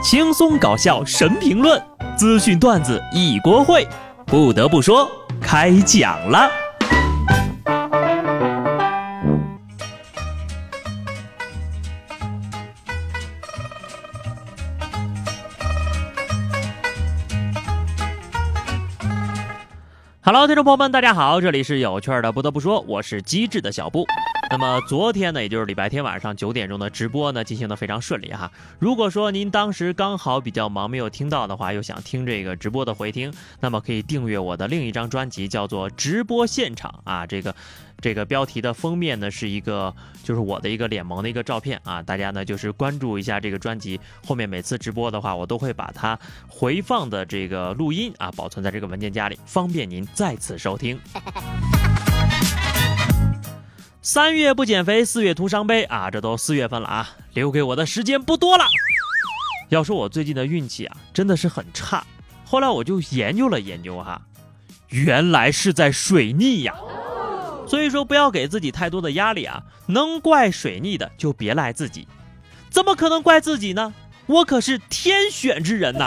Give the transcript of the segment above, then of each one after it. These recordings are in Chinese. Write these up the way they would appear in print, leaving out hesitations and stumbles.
轻松搞笑神评论，资讯段子一锅烩。不得不说，开讲了。Hello， 听众朋友们，大家好，这里是有趣的。不得不说，我是机智的小布。那么昨天呢，也就是礼拜天晚上9点钟的直播呢，进行得非常顺利哈。如果说您当时刚好比较忙没有听到的话，又想听这个直播的回听，那么可以订阅我的另一张专辑，叫做直播现场啊。这个标题的封面呢是一个就是我的一个脸萌的一个照片啊，大家呢就是关注一下这个专辑，后面每次直播的话，我都会把它回放的这个录音啊保存在这个文件夹里，方便您再次收听。3月不减肥，4月徒伤悲啊！这都4月份了啊，留给我的时间不多了。要说我最近的运气啊，真的是很差。后来我就研究了研究哈，原来是在水逆呀。所以说不要给自己太多的压力啊，能怪水逆的就别赖自己。怎么可能怪自己呢？我可是天选之人呐。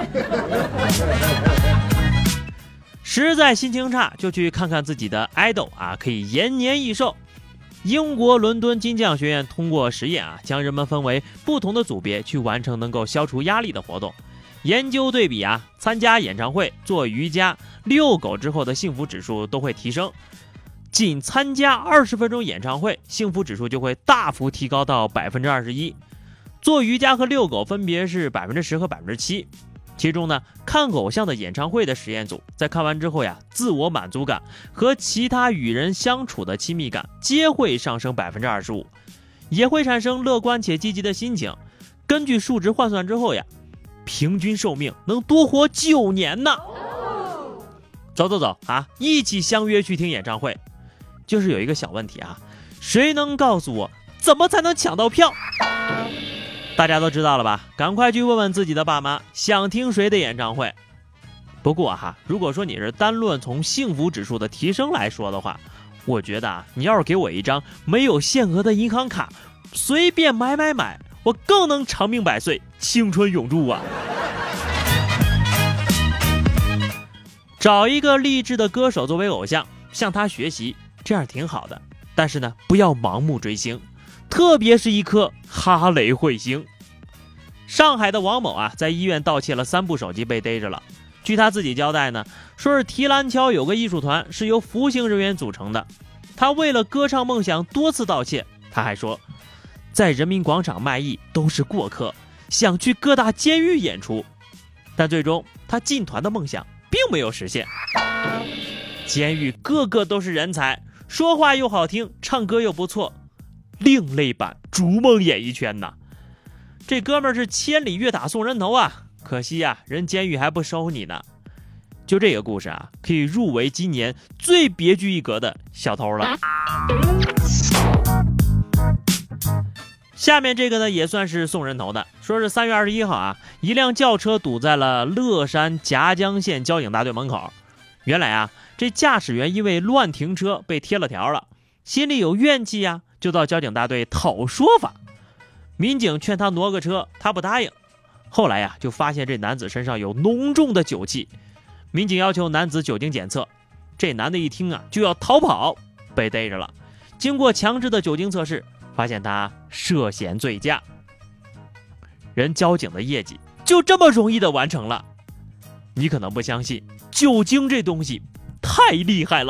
实在心情差，就去看看自己的 idol 啊，可以延年益寿。英国伦敦金匠学院通过实验啊，将人们分为不同的组别去完成能够消除压力的活动。研究对比啊，参加演唱会、做瑜伽、遛狗之后的幸福指数都会提升。仅参加20分钟演唱会，幸福指数就会大幅提高到21%。做瑜伽和遛狗分别是10%和7%。其中呢，看偶像的演唱会的实验组在看完之后呀，自我满足感和其他与人相处的亲密感皆会上升25%，也会产生乐观且积极的心情。根据数值换算之后呀，平均寿命能多活9年呢。走啊，一起相约去听演唱会。就是有一个小问题啊，谁能告诉我怎么才能抢到票？大家都知道了吧？赶快去问问自己的爸妈，想听谁的演唱会。不过哈，如果说你是单论从幸福指数的提升来说的话，我觉得啊，你要是给我一张没有限额的银行卡，随便买，我更能长命百岁，青春永驻啊！找一个励志的歌手作为偶像，向他学习，这样挺好的。但是呢，不要盲目追星。特别是一颗哈雷彗星。上海的王某啊，在医院盗窃了3部手机被逮着了。据他自己交代呢，说是提篮桥有个艺术团是由服刑人员组成的，他为了歌唱梦想多次盗窃。他还说，在人民广场卖艺都是过客，想去各大监狱演出，但最终他进团的梦想并没有实现。监狱个个都是人才，说话又好听，唱歌又不错，另类版逐梦演艺圈呐。这哥们儿是千里越打送人头啊，可惜啊，人监狱还不收你呢。就这个故事啊，可以入围今年最别具一格的小偷了。下面这个呢也算是送人头的，说是3月21号啊，一辆轿车堵在了乐山夹江县交警大队门口。原来啊，这驾驶员因为乱停车被贴了条了，心里有怨气呀，就到交警大队讨说法。民警劝他挪个车，他不答应。后来呀，就发现这男子身上有浓重的酒气，民警要求男子酒精检测。这男的一听啊，就要逃跑，被逮着了。经过强制的酒精测试，发现他涉嫌醉驾。人交警的业绩就这么容易的完成了。你可能不相信，酒精这东西太厉害了。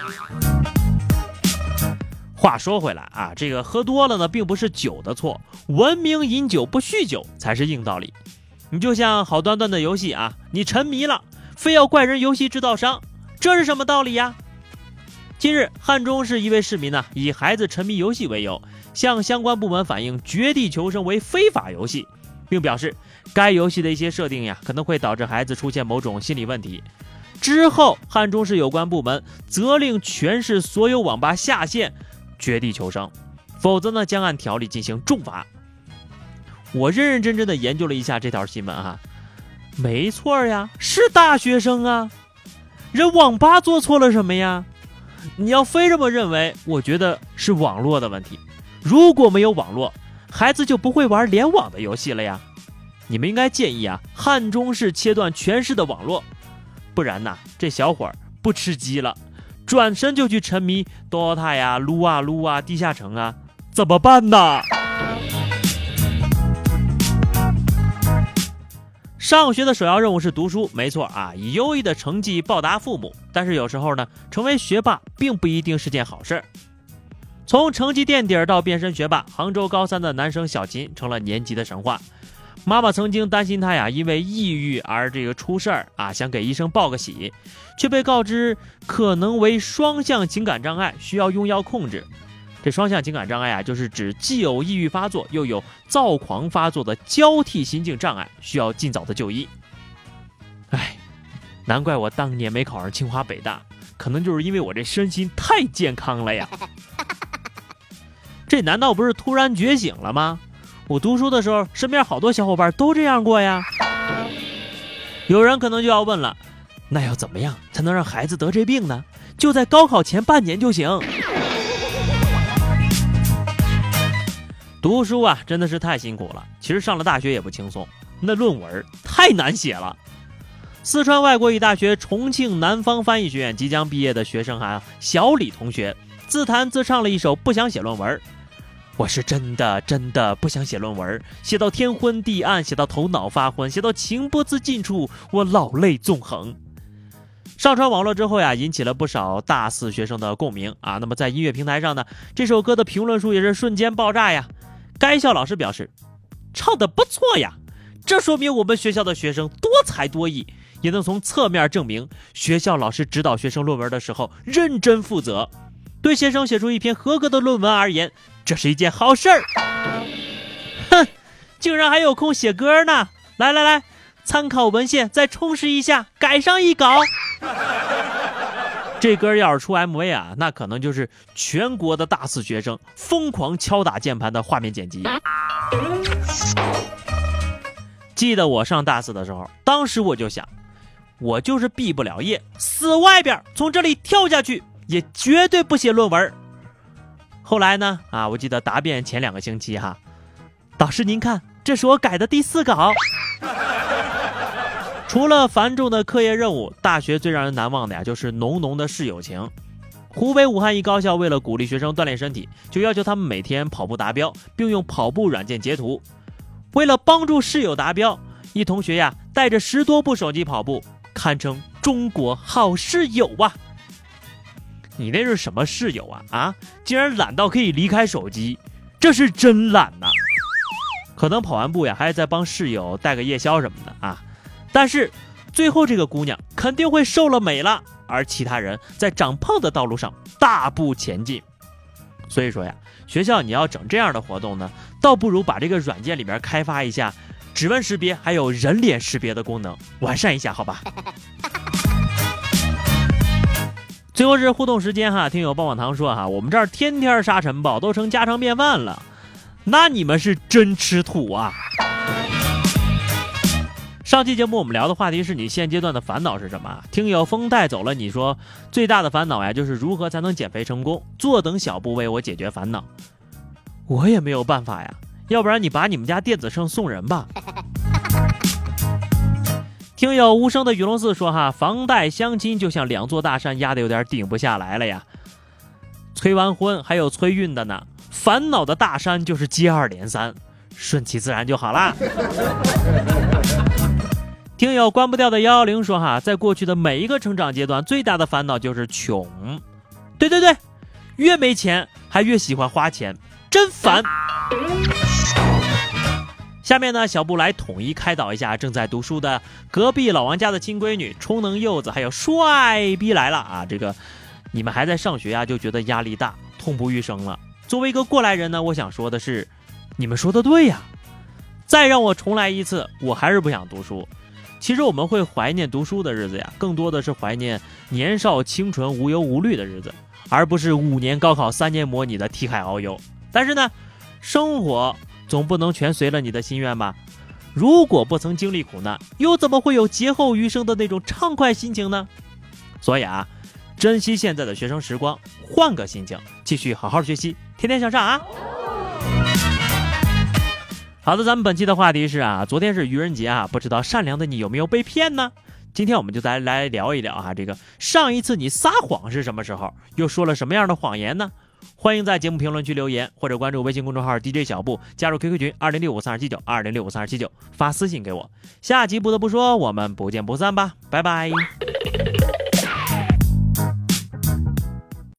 话说回来啊，这个喝多了呢，并不是酒的错，文明饮酒不酗酒才是硬道理。你就像好端端的游戏啊，你沉迷了，非要怪人游戏制造商，这是什么道理呀？近日，汉中市一位市民呢，以孩子沉迷游戏为由，向相关部门反映《绝地求生》为非法游戏，并表示该游戏的一些设定呀，可能会导致孩子出现某种心理问题。之后，汉中市有关部门责令全市所有网吧下线绝地求生，否则呢将按条例进行重罚。我认认真真的研究了一下这条新闻啊，没错呀，是大学生啊，人网吧做错了什么呀？你要非这么认为，我觉得是网络的问题。如果没有网络，孩子就不会玩联网的游戏了呀。 你们应该建议啊，汉中市切断全市的网络，不然呐，这小伙儿不吃鸡了，转身就去沉迷 DOTA 呀、撸啊撸啊、地下城啊，怎么办呢？上学的首要任务是读书，没错啊，以优异的成绩报答父母。但是有时候呢，成为学霸并不一定是件好事。从成绩垫底到变身学霸，杭州高3的男生小秦成了年级的神话。妈妈曾经担心他呀，因为抑郁而出事儿啊，想给医生报个喜，却被告知可能为双向情感障碍，需要用药控制。这双向情感障碍啊，就是指既有抑郁发作又有躁狂发作的交替心境障碍，需要尽早的就医。难怪我当年没考上清华北大，可能就是因为我这身心太健康了呀。这难道不是突然觉醒了吗？我读书的时候，身边好多小伙伴都这样过呀。有人可能就要问了，那要怎么样才能让孩子得这病呢？就在高考前半年就行。读书啊，真的是太辛苦了。其实上了大学也不轻松，那论文太难写了。四川外国语大学重庆南方翻译学院即将毕业的学生小李同学自弹自唱了一首不想写论文。我是真的不想写论文，写到天昏地暗，写到头脑发昏，写到情不自禁处，我老泪纵横。上传网络之后呀，引起了不少大四学生的共鸣啊。那么在音乐平台上呢，这首歌的评论数也是瞬间爆炸呀。该校老师表示，唱得不错呀，这说明我们学校的学生多才多艺，也能从侧面证明学校老师指导学生论文的时候认真负责，对学生写出一篇合格的论文而言，这是一件好事儿。哼，竟然还有空写歌呢！来，参考文献再充实一下，改上一稿。这歌要是出 MV 啊，那可能就是全国的大四学生疯狂敲打键盘的画面剪辑。记得我上大四的时候，当时我就想，我就是毕不了业，死外边，从这里跳下去，也绝对不写论文。后来呢，我记得答辩前2个星期导师您看，这是我改的第4稿。除了繁重的课业任务，大学最让人难忘的就是浓浓的室友情。湖北武汉一高校为了鼓励学生锻炼身体，就要求他们每天跑步达标，并用跑步软件截图。为了帮助室友达标，一同学带着10多部手机跑步，堪称中国好室友啊！你那是什么室友啊？竟然懒到可以离开手机，这是真懒呐！可能跑完步还在帮室友带个夜宵什么的但是最后这个姑娘肯定会瘦了美了，而其他人在长胖的道路上大步前进。所以说学校你要整这样的活动呢，倒不如把这个软件里面开发一下指纹识别还有人脸识别的功能，完善一下好吧。最后是互动时间听友棒棒糖说我们这儿天天沙尘暴都成家常便饭了，那你们是真吃土啊。上期节目我们聊的话题是你现阶段的烦恼是什么？听友风带走了你说最大的烦恼就是如何才能减肥成功，坐等小布为我解决烦恼。我也没有办法要不然你把你们家电子秤送人吧。听友无声的雨龙寺说房贷相亲就像2座大山压得有点顶不下来了呀。催完婚还有催孕的呢，烦恼的大山就是接二连三，顺其自然就好啦。听友关不掉的110说在过去的每一个成长阶段，最大的烦恼就是穷。对，越没钱还越喜欢花钱，真烦。下面呢，小布来统一开导一下正在读书的隔壁老王家的亲闺女充能柚子还有帅逼来了这个你们还在上学就觉得压力大，痛不欲生了。作为一个过来人呢，我想说的是，你们说的对呀。再让我重来一次，我还是不想读书。其实我们会怀念读书的日子更多的是怀念年少清纯无忧无虑的日子，而不是5年高考3年模拟的题海遨游。但是呢，生活总不能全随了你的心愿吧？如果不曾经历苦难，又怎么会有劫后余生的那种畅快心情呢？所以珍惜现在的学生时光，换个心情，继续好好学习，天天向上好的，咱们本期的话题是昨天是愚人节不知道善良的你有没有被骗呢？今天我们就再来聊一聊这个上一次你撒谎是什么时候，又说了什么样的谎言呢？欢迎在节目评论区留言，或者关注微信公众号 DJ 小布，加入 QQ 群20653279 20653279，发私信给我。下期不得不说，我们不见不散吧，拜拜。